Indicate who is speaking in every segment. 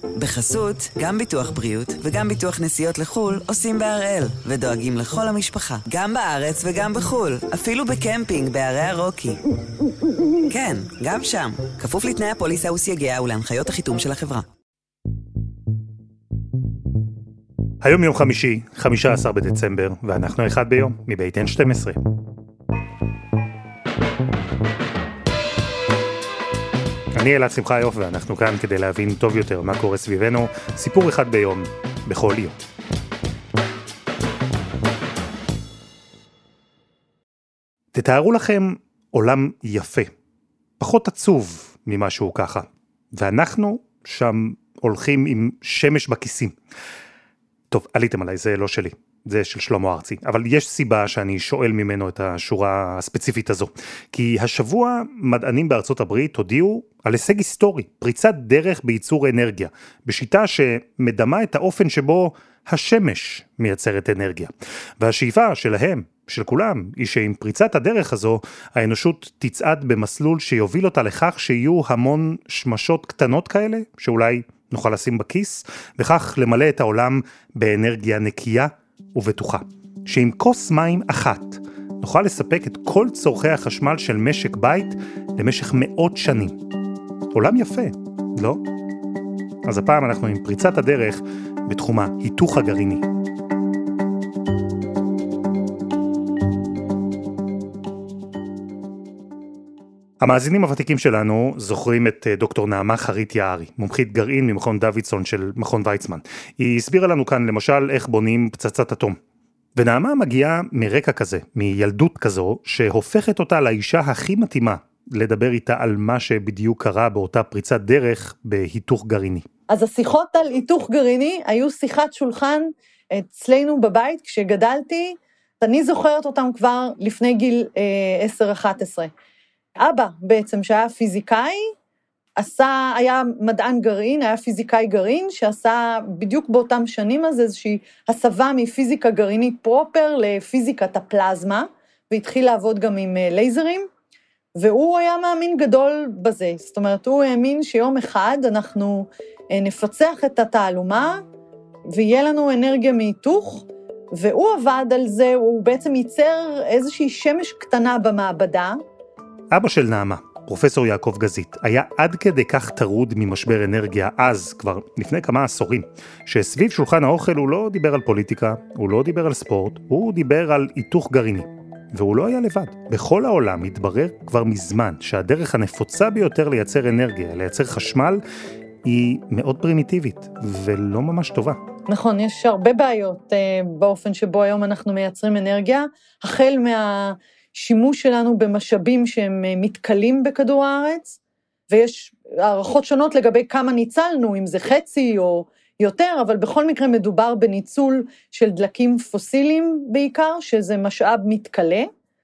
Speaker 1: בחסות, גם ביטוח בריאות וגם ביטוח נסיעות לחול עושים בהראל, ודואגים לכל המשפחה, גם בארץ וגם בחול, אפילו בקמפינג בערי הרוקי. כן, גם שם, כפוף לתנאי הפוליסה וסייגיה ולהנחיות החיתום של החברה.
Speaker 2: היום יום חמישי, 15 בדצמבר, ואנחנו אחד ביום, מבית N12. אני אלעד שמחיוף, ואנחנו כאן כדי להבין טוב יותר מה קורה סביבנו, סיפור אחד ביום, בכל יום. תתארו לכם עולם יפה, פחות עצוב ממשהו ככה, ואנחנו שם הולכים עם שמש בכיסים. טוב, עליתם עליי, זה לא שלי, זה של שלמה ארצי, אבל יש סיבה שאני שואל ממנו את השורה הספציפית הזו, כי השבוע מדענים בארצות הברית הודיעו על הישג היסטורי, פריצת דרך בייצור אנרגיה, בשיטה שמדמה את האופן שבו השמש מייצרת אנרגיה. והשאיפה שלהם, של כולם, היא שעם פריצת הדרך הזו, האנושות תצעד במסלול שיוביל אותה לכך שיהיו המון שמשות קטנות כאלה, שאולי נוכל לשים בכיס, וכך למלא את העולם באנרגיה נקייה ובטוחה. שעם כוס מים אחת, נוכל לספק את כל צורכי החשמל של משק בית למשך מאות שנים. עולם יפה, לא? אז הפעם אנחנו עם פריצת הדרך בתחום ההיתוך הגרעיני. המאזינים הוותיקים שלנו זוכרים את דוקטור נעמה חרית יערי, מומחית גרעין ממכון דוידסון של מכון ויצמן. היא הסבירה לנו כאן למשל איך בונים פצצת אטום. ונעמה מגיעה מרקע כזה, מילדות כזו, שהופכת אותה לאישה הכי מתאימה לדבר איתה על מה שבדיוק קרה באותה פריצת דרך בהיתוך גרעיני.
Speaker 3: אז השיחות על היתוך גרעיני היו שיחת שולחן אצלנו בבית כשגדלתי, אני זוכרת אותם כבר לפני גיל 10-11. אבא בעצם שהיה פיזיקאי, היה מדען גרעין, היה פיזיקאי גרעין, שעשה בדיוק באותם שנים אז איזושהי הסבה מפיזיקה גרעינית פרופר לפיזיקת הפלזמה, והתחיל לעבוד גם עם לייזרים, והוא היה מאמין גדול בזה, זאת אומרת, הוא האמין שיום אחד אנחנו נפצח את התעלומה, ויהיה לנו אנרגיה מהיתוך, והוא עבד על זה, הוא בעצם ייצר איזושהי שמש קטנה במעבדה,
Speaker 2: אבא של נעמה, פרופסור יעקב גזית, היה עד כדי כך טרוד ממשבר אנרגיה אז, כבר לפני כמה עשורים, שסביב שולחן האוכל הוא לא דיבר על פוליטיקה, הוא לא דיבר על ספורט, הוא דיבר על היתוך גרעיני. והוא לא היה לבד. בכל העולם התברר כבר מזמן שהדרך הנפוצה ביותר לייצר אנרגיה, לייצר חשמל, היא מאוד פרימיטיבית ולא ממש טובה.
Speaker 3: נכון, יש הרבה בעיות באופן שבו היום אנחנו מייצרים אנרגיה, החל שימוש שלנו במשאבים שהם מתקלים בכדור הארץ, ויש הערכות שונות לגבי כמה ניצלנו, אם זה חצי או יותר, אבל בכל מקרה מדובר בניצול של דלקים פוסיליים בעיקר, שזה משאב מתקלה,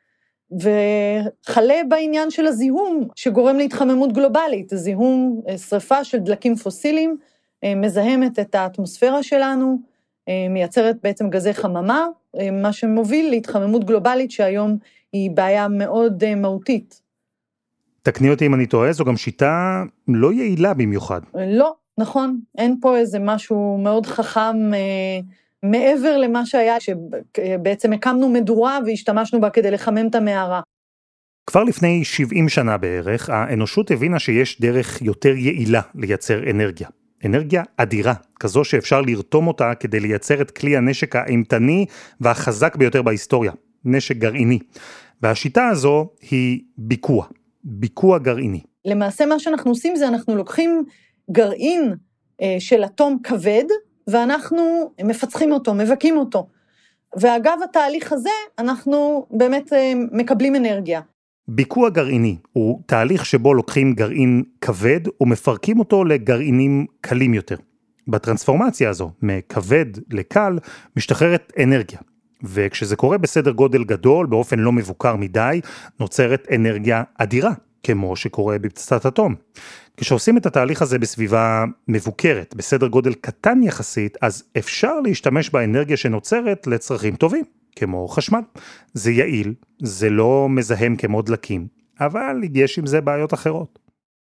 Speaker 3: וחלה בעניין של הזיהום שגורם להתחממות גלובלית, הזיהום, שריפה של דלקים פוסיליים, מזהמת את האטמוספירה שלנו, מייצרת בעצם גזי חממה, מה שמוביל להתחממות גלובלית שהיום היא בעיה מאוד מהותית.
Speaker 2: תקני אותי אם אני טועה, זו גם שיטה לא יעילה במיוחד.
Speaker 3: לא, נכון. אין פה איזה משהו מאוד חכם מעבר למה שהיה, שבעצם הקמנו מדורה והשתמשנו בה כדי לחמם את המערה.
Speaker 2: כבר לפני 70 שנה בערך, האנושות הבינה שיש דרך יותר יעילה לייצר אנרגיה. אנרגיה אדירה, כזו שאפשר לרתום אותה כדי לייצר את כלי הנשק האימתני והחזק ביותר בהיסטוריה, נשק גרעיני. והשיטה הזו היא ביקוע גרעיני.
Speaker 3: למעשה מה שאנחנו עושים זה אנחנו לוקחים גרעין של אטום כבד, ואנחנו מפצחים אותו, מבקים אותו. ואגב התהליך הזה אנחנו באמת מקבלים אנרגיה.
Speaker 2: ביקוע גרעיני הוא תהליך שבו לוקחים גרעין כבד ומפרקים אותו לגרעינים קלים יותר. בטרנספורמציה הזו, מכבד לקל, משתחררת אנרגיה. וכשזה קורה בסדר גודל גדול, באופן לא מבוקר מדי, נוצרת אנרגיה אדירה, כמו שקורה בפצצת אטום. כשעושים את התהליך הזה בסביבה מבוקרת, בסדר גודל קטן יחסית, אז אפשר להשתמש באנרגיה שנוצרת לצרכים טובים, כמו חשמל. זה יעיל, זה לא מזהם כמו דלקים, אבל יש עם זה בעיות אחרות.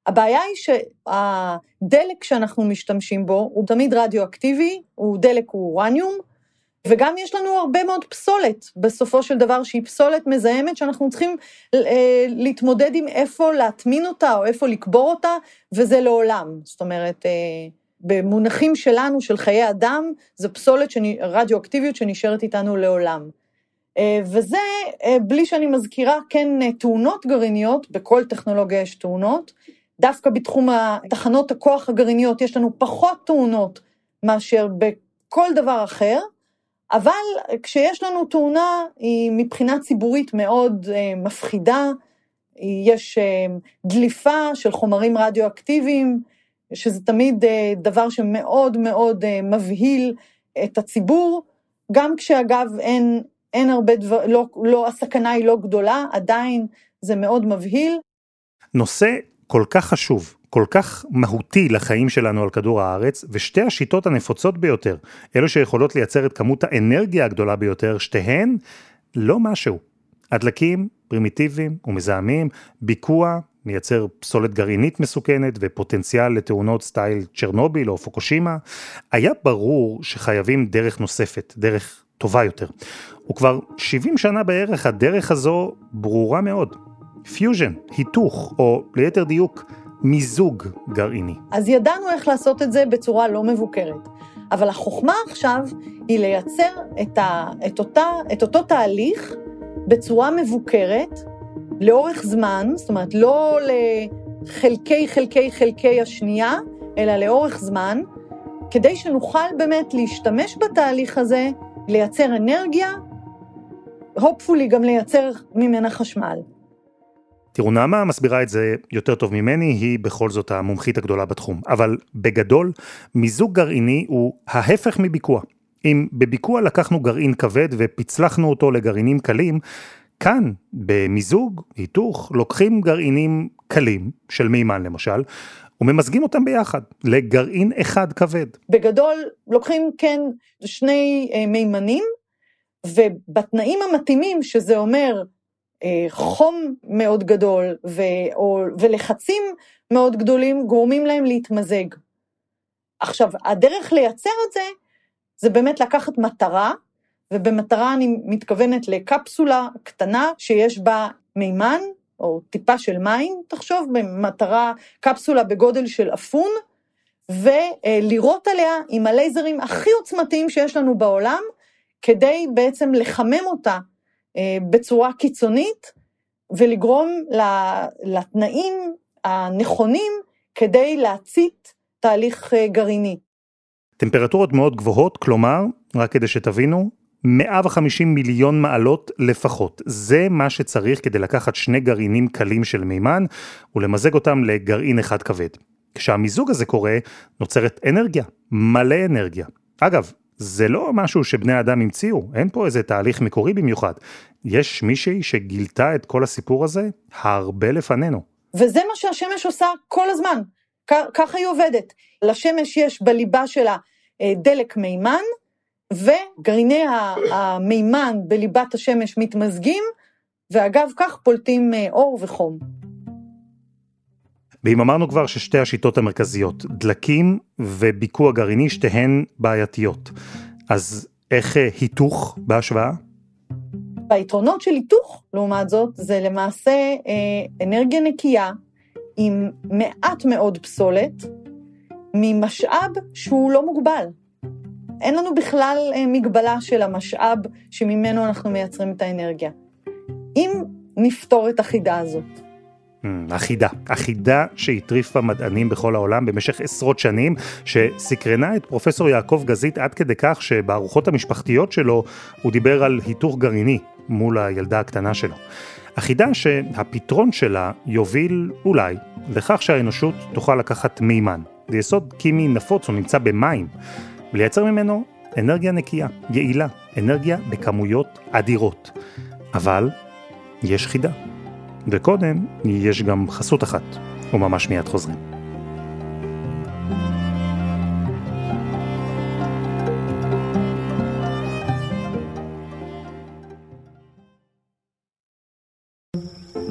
Speaker 3: הבעיה היא שהדלק שאנחנו משתמשים בו הוא תמיד רדיואקטיבי, הוא דלק אורניום, וגם יש לנו הרבה מאוד פסולת, בסופו של דבר שהיא פסולת מזהמת, שאנחנו צריכים להתמודד עם איפה להטמין אותה, או איפה לקבור אותה, וזה לעולם. זאת אומרת, במונחים שלנו, של חיי אדם, זו פסולת רדיואקטיביות שנשארת איתנו לעולם. וזה, בלי שאני מזכירה, כן, תאונות גרעיניות, בכל טכנולוגיה יש תאונות, דווקא בתחום תחנות הכוח הגרעיניות, יש לנו פחות תאונות מאשר בכל דבר אחר, אבל כשיש לנו תאונה, היא מבחינה ציבורית מאוד מפחידה, יש דליפה של חומרים רדיואקטיביים, שזה תמיד דבר שמאוד מאוד מבהיל את הציבור, גם כשאגב אין הרבה דבר, לא, הסכנה היא לא גדולה, עדיין זה מאוד מבהיל.
Speaker 2: נושא כל כך חשוב, כל כך מהותי לחיים שלנו על כדור הארץ, ושתי השיטות הנפוצות ביותר, אלו שיכולות לייצר את כמות האנרגיה הגדולה ביותר, שתיהן לא משהו. הדלקים פרימיטיביים ומזהמים, ביקוע, מייצר פסולת גרעינית מסוכנת ופוטנציאל לתאונות סטייל צ'רנוביל או פוקושימה, היה ברור שחייבים דרך נוספת, דרך טובה יותר. וכבר 70 שנה בערך הדרך הזו ברורה מאוד. פיוז'ן, היתוך, או ליתר דיוק, מיזוג גרעיני.
Speaker 3: אז ידענו איך לעשות את זה בצורה לא מבוקרת. אבל החוכמה עכשיו היא לייצר את אותו תהליך בצורה מבוקרת, לאורך זמן, זאת אומרת, לא לחלקי השנייה, אלא לאורך זמן, כדי שנוכל באמת להשתמש בתהליך הזה, לייצר אנרגיה, hopefully גם לייצר ממנה חשמל.
Speaker 2: תראו, נעמה מסבירה את זה יותר טוב ממני, היא בכל זאת המומחית הגדולה בתחום. אבל בגדול, מיזוג גרעיני הוא ההפך מביקוע. אם בביקוע לקחנו גרעין כבד ופיצלחנו אותו לגרעינים קלים, כאן, במיזוג, היתוך, לוקחים גרעינים קלים, של מימן למשל, וממזגים אותם ביחד, לגרעין אחד כבד.
Speaker 3: בגדול, לוקחים כן שני מימנים, ובתנאים המתאימים, שזה אומר חום מאוד גדול, ולחצים מאוד גדולים, גורמים להם להתמזג. עכשיו, הדרך לייצר את זה, זה באמת לקחת מטרה, ובמטרה אני מתכוונת לקפסולה קטנה, שיש בה מימן, או טיפה של מים, תחשוב, במטרה קפסולה בגודל של אפון, ולראות עליה עם הלייזרים הכי עוצמתיים שיש לנו בעולם, כדי בעצם לחמם אותה בצורה קיצונית, ולגרום לתנאים הנכונים, כדי להצית תהליך גרעיני.
Speaker 2: טמפרטורות מאוד גבוהות, כלומר, רק כדי שתבינו, 150 מיליון מעלות לפחות. זה מה שצריך כדי לקחת שני גרעינים קלים של מימן, ולמזג אותם לגרעין אחד כבד. כשהמיזוג הזה קורה, נוצרת אנרגיה, מלא אנרגיה. אגב, זה לא משהו שבני האדם המציאו, אין פה איזה תהליך מקורי במיוחד. יש מישהי שגילתה את כל הסיפור הזה הרבה לפנינו.
Speaker 3: וזה מה שהשמש עושה כל הזמן. ככה היא עובדת. לשמש יש בליבה שלה דלק מימן, וגרעיני המימן בליבת השמש מתמזגים, ואגב כך פולטים אור וחום.
Speaker 2: ואם אמרנו כבר ששתי השיטות המרכזיות, דלקים וביקוע גרעיני, שתיהן בעייתיות. אז איך היתוך בהשוואה?
Speaker 3: ביתרונות של היתוך, לעומת זאת, זה למעשה אנרגיה נקייה, עם מעט מאוד פסולת, ממשאב שהוא לא מוגבל. אין לנו בכלל מגבלה של המשאב שממנו אנחנו מייצרים את האנרגיה. אם נפתור את החידה הזאת.
Speaker 2: החידה שהטריפה מדענים בכל העולם במשך עשרות שנים, שסקרנה את פרופסור יעקב גזית עד כדי כך שבארוחות המשפחתיות שלו הוא דיבר על היתוך גרעיני מול הילדה הקטנה שלו. החידה שהפתרון שלה יוביל אולי לכך שהאנושות תוכל לקחת מימן. זה יסוד קימי נפוץ, הוא נמצא במים, ולייצר ממנו אנרגיה נקייה, יעילה, אנרגיה בכמויות אדירות. אבל יש חידה. וקודם יש גם חסות אחת, וממש מיד חוזרים.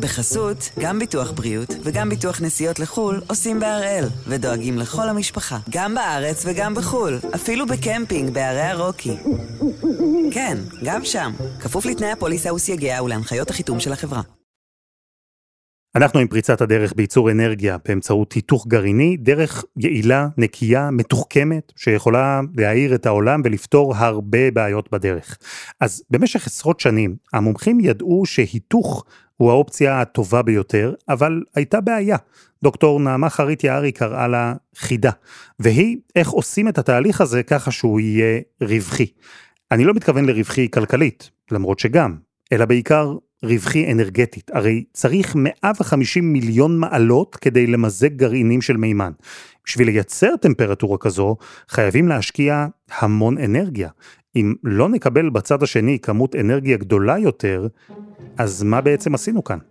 Speaker 1: בחסות, גם ביטוח בריאות וגם ביטוח נסיעות לחול עושים בהראל, ודואגים לכל המשפחה, גם בארץ וגם בחול, אפילו בקמפינג בערי הרוקי. כן, גם שם, כפוף לתנאי הפוליסה וסייגיה ולהנחיות החיתום של החברה.
Speaker 2: אנחנו עם פריצת הדרך בייצור אנרגיה באמצעות היתוך גרעיני, דרך יעילה, נקייה, מתוחכמת, שיכולה להאיר את העולם ולפתור הרבה בעיות בדרך. אז במשך עשרות שנים, המומחים ידעו שהיתוך הוא האופציה הטובה ביותר, אבל הייתה בעיה. דוקטור נעמה חרית יערי קראה לה חידה, והיא איך עושים את התהליך הזה ככה שהוא יהיה רווחי. אני לא מתכוון לרווחי כלכלית, למרות שגם, אלא בעיקר רווחי אנרגטית. הרי צריך 150 מיליון מעלות כדי למזג גרעינים של מימן. בשביל לייצר טמפרטורה כזו, חייבים להשקיע המון אנרגיה. אם לא נקבל בצד השני כמות אנרגיה גדולה יותר, אז מה בעצם עשינו כאן?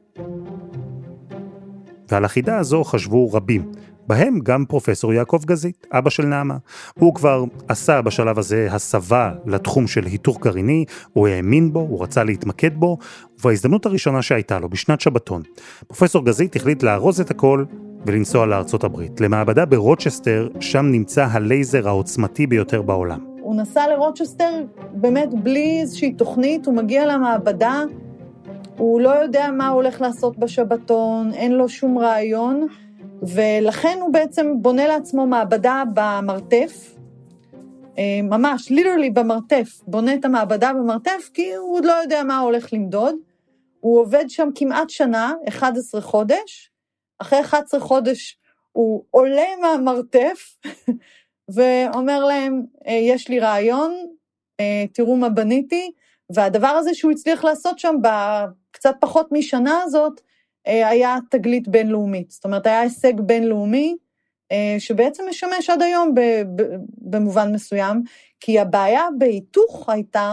Speaker 2: ועל החידה הזו חשבו רבים, בהם גם פרופסור יעקב גזית, אבא של נעמה. הוא כבר עשה בשלב הזה הסבה לתחום של היתוך גרעיני, הוא האמין בו, הוא רצה להתמקד בו, וההזדמנות הראשונה שהייתה לו בשנת שבתון, פרופסור גזית החליט לארוז את הכל ולנסוע לארצות הברית, למעבדה ברוצ'סטר, שם נמצא הלייזר העוצמתי ביותר בעולם.
Speaker 3: הוא נסע לרוצ'סטר באמת בלי איזושהי תוכנית, הוא מגיע למעבדה, הוא לא יודע מה הוא הולך לעשות בשבתון, אין לו שום רעיון, ולכן הוא בעצם בונה לעצמו מעבדה במרתף, ממש, literally במרתף, בונה את המעבדה במרתף, כי הוא עוד לא יודע מה הוא הולך למדוד, הוא עובד שם כמעט שנה, 11 חודש, אחרי 11 חודש הוא עולה מהמרתף, ואומר להם, יש לי רעיון, תראו מה בניתי, והדבר הזה שהוא הצליח לעשות שם, בקצת פחות משנה הזאת, היה תגלית בינלאומית, זאת אומרת, היה הישג בינלאומי, שבעצם משמש עד היום במובן מסוים, כי הבעיה בהיתוך הייתה,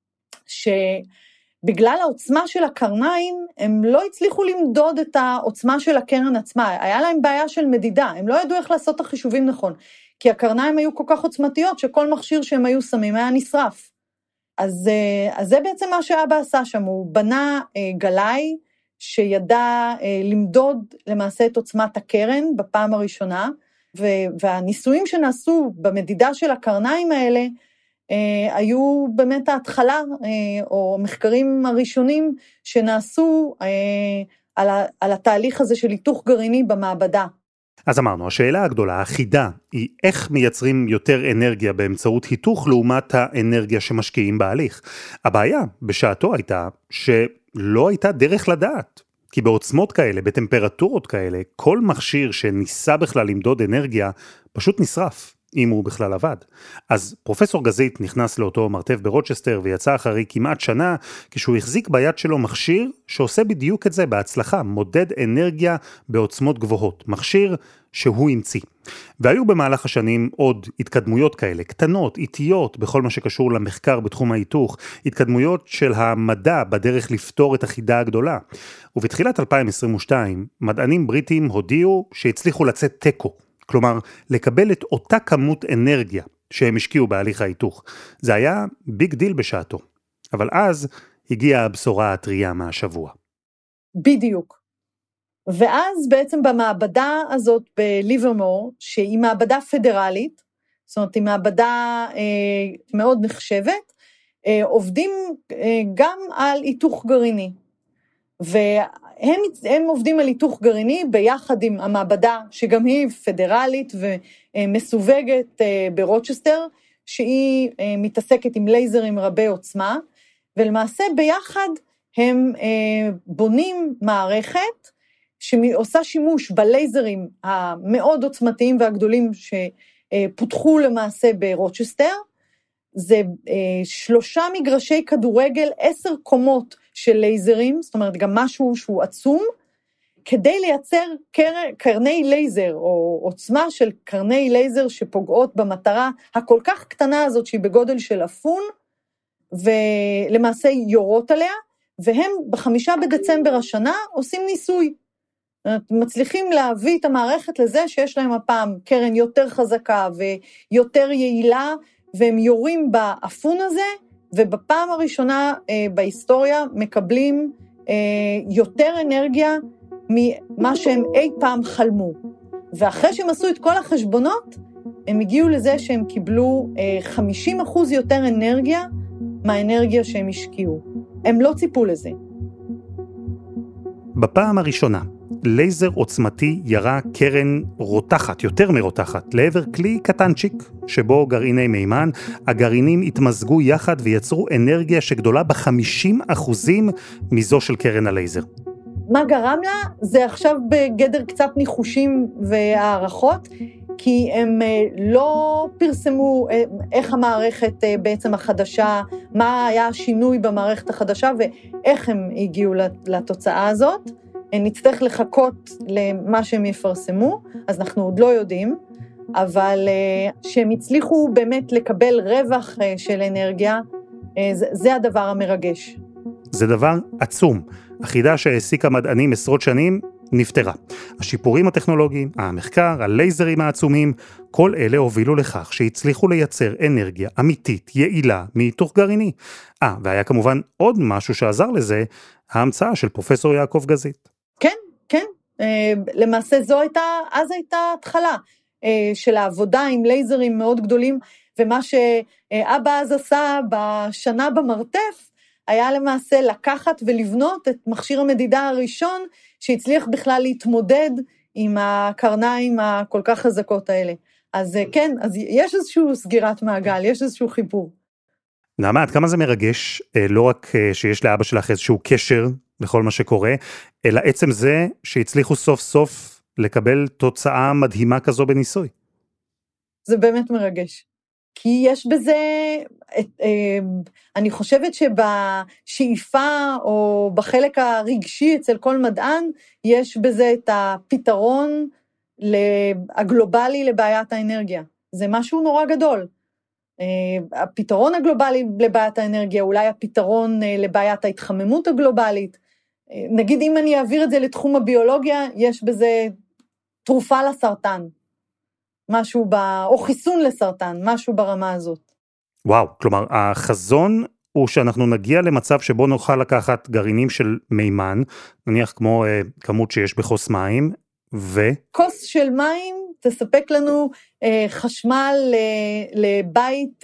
Speaker 3: שבגלל העוצמה של הקרניים, הם לא הצליחו למדוד את העוצמה של הקרן עצמה, היה להם בעיה של מדידה, הם לא ידעו איך לעשות את החישובים נכון, כי הקרניים היו כל כך עוצמתיות, שכל מכשיר שהם היו שמים היה נשרף. אז זה בעצם מה שאבא עשה שם, הוא בנה גלאי, שידע למדוד למעשה את עוצמת הקרן בפעם הראשונה, והניסויים שנעשו במדידה של הקרניים האלה, היו באמת ההתחלה, או מחקרים הראשונים שנעשו על התהליך הזה של היתוך גרעיני במעבדה.
Speaker 2: אז אמרנו, השאלה הגדולה, החידה, היא איך מייצרים יותר אנרגיה באמצעות היתוך לעומת האנרגיה שמשקיעים בהליך. הבעיה בשעתו הייתה שלא הייתה דרך לדעת, כי בעוצמות כאלה, בטמפרטורות כאלה, כל מכשיר שניסה בכלל למדוד אנרגיה פשוט נשרף, אם הוא בכלל עבד. אז פרופסור גזית נכנס לאותו מרתף ברוצ'סטר ויצא אחרי כמעט שנה, כשהוא החזיק ביד שלו מכשיר שעושה בדיוק את זה בהצלחה, מודד אנרגיה בעוצמות גבוהות, מכשיר שהוא המציא. והיו במהלך השנים עוד התקדמויות כאלה, קטנות, איטיות, בכל מה שקשור למחקר בתחום ההיתוך, התקדמויות של המדע בדרך לפתור את החידה הגדולה. ובתחילת 2022, מדענים בריטים הודיעו שהצליחו לצאת טקו, כלומר, לקבל את אותה כמות אנרגיה שהם השקיעו בהליך ההיתוך. זה היה ביג דיל בשעתו. אבל אז הגיעה הבשורה הטריה מהשבוע.
Speaker 3: בדיוק. ואז בעצם במעבדה הזאת בליברמור, שהיא מעבדה פדרלית, זאת אומרת, היא מעבדה מאוד נחשבת, עובדים גם על היתוך גרעיני. והם עובדים על היתוך גרעיני ביחד עם המעבדה, שגם היא פדרלית ומסווגת ברוצ'סטר, שהיא מתעסקת עם לייזרים רבי עוצמה, ולמעשה ביחד הם בונים מערכת, שעושה שימוש בלייזרים המאוד עוצמתיים והגדולים שפותחו למעשה ברוצ'סטר, זה 3 מגרשי כדורגל, 10 קומות של לייזרים, זאת אומרת גם משהו שהוא עצום, כדי לייצר קרני לייזר, או עוצמה של קרני לייזר שפוגעות במטרה הכל כך קטנה הזאת שהיא בגודל של אפון, ולמעשה יורות עליה, והם ב5 בדצמבר השנה עושים ניסוי. מצליחים להביא את המערכת לזה שיש להם הפעם קרן יותר חזקה ויותר יעילה, והם יורים באפון הזה, ובפעם הראשונה בהיסטוריה מקבלים יותר אנרגיה ממה שהם אי פעם חלמו. ואחרי שהם עשו את כל החשבונות, הם הגיעו לזה שהם קיבלו 50% יותר אנרגיה מהאנרגיה שהם השקיעו. הם לא ציפו לזה.
Speaker 2: בפעם הראשונה, לייזר עוצמתי ירה קרן רותחת, יותר מרותחת, לעבר כלי קטנצ'יק, שבו גרעיני מימן, הגרעינים התמזגו יחד ויצרו אנרגיה שגדולה ב50% מזו של קרן הלייזר.
Speaker 3: מה גרם לה? זה עכשיו בגדר קצת ניחושים והערכות, כי הם לא פרסמו איך המערכת בעצם החדשה, מה היה השינוי במערכת החדשה ואיך הם הגיעו לתוצאה הזאת. נצטרך לחכות למה שהם יפרסמו, אז אנחנו עוד לא יודעים, אבל שהם הצליחו באמת לקבל רווח של אנרגיה, זה הדבר המרגש.
Speaker 2: זה דבר עצום. החידה שהעסיקה מדענים עשרות שנים נפתרה. השיפורים הטכנולוגיים, המחקר, הלייזרים העצומים, כל אלה הובילו לכך שהצליחו לייצר אנרגיה אמיתית, יעילה, מתוך גרעיני. והיה כמובן עוד משהו שעזר לזה, ההמצאה של פרופסור יעקב גזית.
Speaker 3: כן. למעשה אז הייתה התחלה של העבודה עם לייזרים מאוד גדולים, ומה שאבא אז עשה בשנה במרתף, היה למעשה לקחת ולבנות את מכשיר המדידה הראשון, שהצליח בכלל להתמודד עם הקרניים הכל כך חזקות האלה. אז כן, אז יש איזשהו סגירת מעגל, יש איזשהו חיבור.
Speaker 2: נעמה, עד כמה זה מרגש, לא רק שיש לאבא שלך איזשהו קשר לכל מה שקורה, אלא עצם זה שהצליחו סוף סוף לקבל תוצאה מדהימה כזו בניסוי.
Speaker 3: זה באמת מרגש. כי יש בזה, אני חושבת שבשאיפה או בחלק הרגשי אצל כל מדען, יש בזה את הפתרון הגלובלי לבעיית האנרגיה. זה משהו נורא גדול. הפתרון הגלובלי לבעיית האנרגיה, אולי הפתרון לבעיית ההתחממות הגלובלית. נגיד אם אני אעביר את זה לתחום הביולוגיה, יש בזה תרופה לסרטן. משהו או חיסון לסרטן, משהו ברמה הזאת.
Speaker 2: וואו, כלומר, החזון הוא שאנחנו נגיע למצב שבו נוכל לקחת גרעינים של מימן, נניח כמו כמות שיש בכוס מים,
Speaker 3: כוס של מים תספק לנו חשמל לבית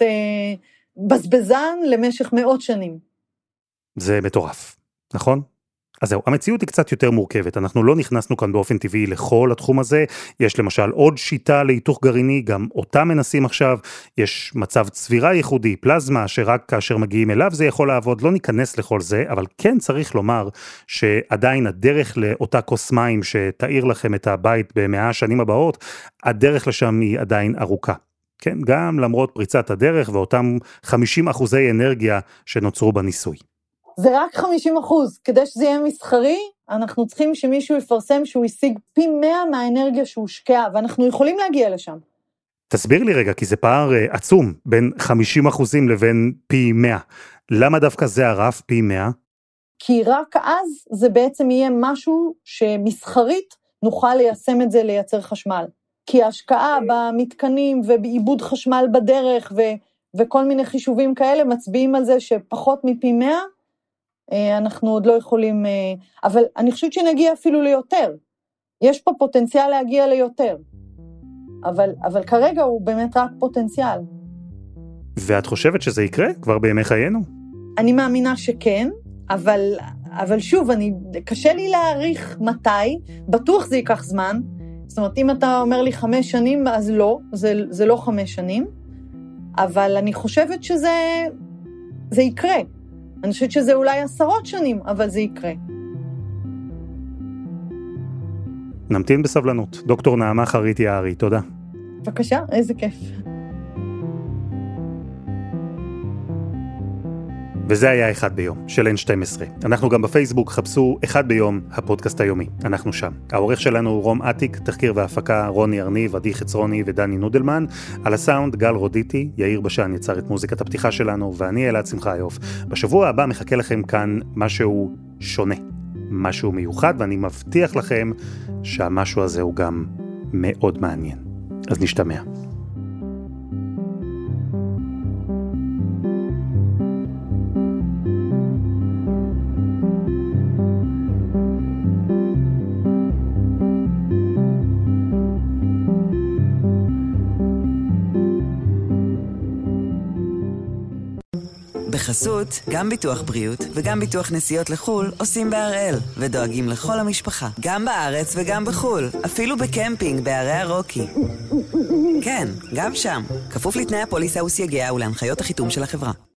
Speaker 3: בזבזן למשך מאות שנים.
Speaker 2: זה מטורף, נכון? אז זהו, המציאות היא קצת יותר מורכבת, אנחנו לא נכנסנו כאן באופן טבעי לכל התחום הזה, יש למשל עוד שיטה להיתוך גרעיני, גם אותה מנסים עכשיו, יש מצב צבירה ייחודי, פלזמה, שרק כאשר מגיעים אליו זה יכול לעבוד, לא ניכנס לכל זה, אבל כן צריך לומר שעדיין הדרך לאותה כוס מים שתאיר לכם את הבית ב100 השנים הבאות, הדרך לשם היא עדיין ארוכה. כן, גם למרות פריצת הדרך ואותם 50% אנרגיה שנוצרו בניסוי.
Speaker 3: זה רק 50%. כדי שזה יהיה מסחרי, אנחנו צריכים שמישהו יפרסם שהוא השיג פי 100 מהאנרגיה שהוא השקיע, ואנחנו יכולים להגיע לשם.
Speaker 2: תסביר לי רגע, כי זה פער עצום, בין 50% לבין פי 100. למה דווקא זה הרף פי 100?
Speaker 3: כי רק אז זה בעצם יהיה משהו שמסחרית נוכל ליישם את זה לייצר חשמל. כי ההשקעה במתקנים ובעיבוד חשמל בדרך וכל מיני חישובים כאלה מצביעים על זה שפחות מפי 100, אנחנו עוד לא יכולים, אבל אני חושבת שנגיע אפילו ליותר. יש פה פוטנציאל להגיע ליותר. אבל כרגע הוא באמת רק פוטנציאל.
Speaker 2: ואת חושבת שזה יקרה כבר בימי חיינו?
Speaker 3: אני מאמינה שכן, אבל שוב, קשה לי להעריך מתי, בטוח זה ייקח זמן. זאת אומרת, אם אתה אומר לי 5 שנים, אז לא, זה לא 5 שנים, אבל אני חושבת שזה יקרה. אני חושבת שזה אולי 10 שנים, אבל זה יקרה.
Speaker 2: נמתין בסבלנות. דוקטור נעמה חריט-יערי, תודה.
Speaker 3: בבקשה, איזה כיף.
Speaker 2: וזה היה אחד ביום, של N12. אנחנו גם בפייסבוק, חפשו אחד ביום, הפודקאסט היומי. אנחנו שם. העורך שלנו הוא רום עתיק, תחקיר והפקה רוני ארניב, עדי חצרוני ודני נודלמן. על הסאונד גל רודיטי, יאיר בשן יצר את מוזיקת הפתיחה שלנו, ואני אלעד שמחיוף. בשבוע הבא מחכה לכם כאן משהו שונה, משהו מיוחד, ואני מבטיח לכם שהמשהו הזה הוא גם מאוד מעניין. אז נשתמע.
Speaker 1: בחסות, גם ביטוח בריאות וגם ביטוח נסיעות לחול עושים בהראל, ודואגים לכל המשפחה, גם בארץ וגם בחול, אפילו בקמפינג בערי הרוקי. כן, גם שם, כפוף לתנאי הפוליסה וסייגיה ולהנחיות החיתום של החברה.